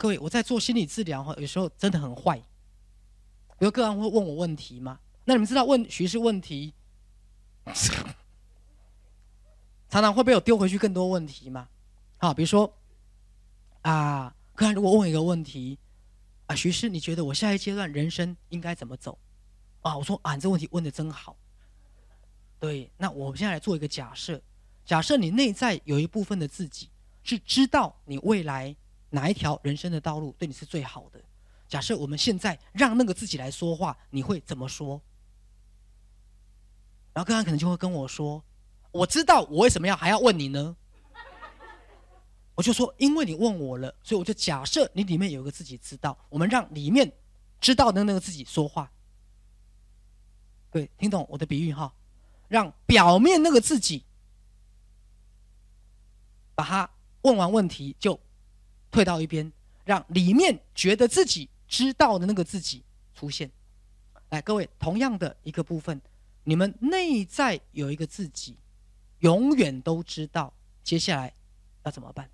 各位，我在做心理治疗有时候真的很坏。有个人会问我问题嘛？那你们知道问徐氏问题，常常会被我丢回去更多问题嘛？好，比如说个人如果问我一个问题徐氏，你觉得我下一阶段人生应该怎么走？我说你这问题问得真好。对，那我们现在来做一个假设，假设你内在有一部分的自己是知道你未来哪一条人生的道路对你是最好的。假设我们现在让那个自己来说话，你会怎么说？然后个人可能就会跟我说，我知道我为什么还要问你呢？我就说，因为你问我了，所以我就假设你里面有一个自己知道，我们让里面知道的那个自己说话。对，听懂我的比喻哈？让表面那个自己把他问完问题就退到一边，让里面觉得自己知道的那个自己出现。来，各位，同样的一个部分，你们内在有一个自己永远都知道接下来要怎么办。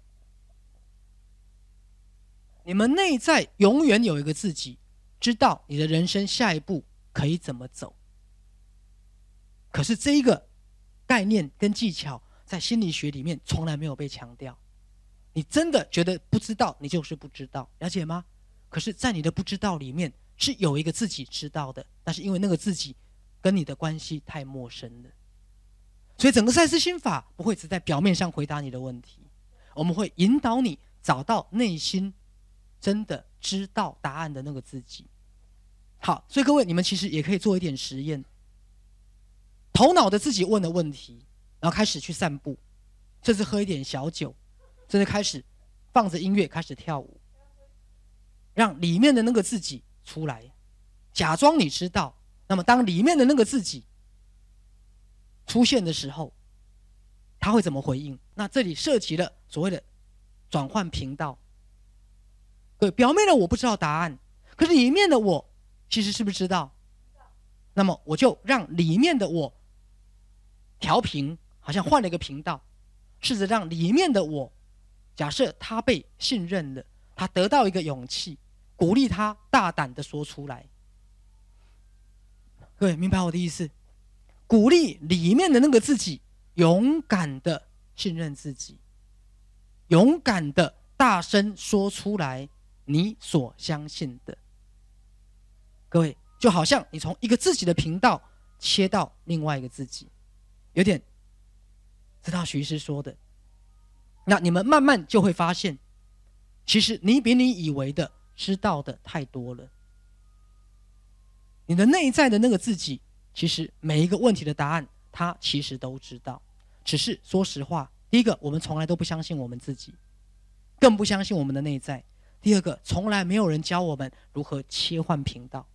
你们内在永远有一个自己知道你的人生下一步可以怎么走。可是这一个概念跟技巧在心理学里面从来没有被强调。你真的觉得不知道，你就是不知道，了解吗？可是在你的不知道里面是有一个自己知道的，但是因为那个自己跟你的关系太陌生了，所以整个赛斯心法不会只在表面上回答你的问题，我们会引导你找到内心真的知道答案的那个自己。好，所以各位，你们其实也可以做一点实验，头脑的自己问的问题，然后开始去散步，甚至喝一点小酒，甚至开始放着音乐开始跳舞，让里面的那个自己出来，假装你知道。那么当里面的那个自己出现的时候，他会怎么回应？那这里涉及了所谓的转换频道。对，表面的我不知道答案，可是里面的我其实是不是知道？那么我就让里面的我调频，好像换了一个频道，试着让里面的我，假设他被信任了，他得到一个勇气，鼓励他大胆的说出来。各位明白我的意思？鼓励里面的那个自己勇敢的信任自己，勇敢的大声说出来你所相信的。各位，就好像你从一个自己的频道切到另外一个自己，有点知道徐医师说的。那你们慢慢就会发现，其实你比你以为的知道的太多了。你的内在的那个自己，其实每一个问题的答案他其实都知道，只是说实话，第一个，我们从来都不相信我们自己，更不相信我们的内在。第二个，从来没有人教我们如何切换频道。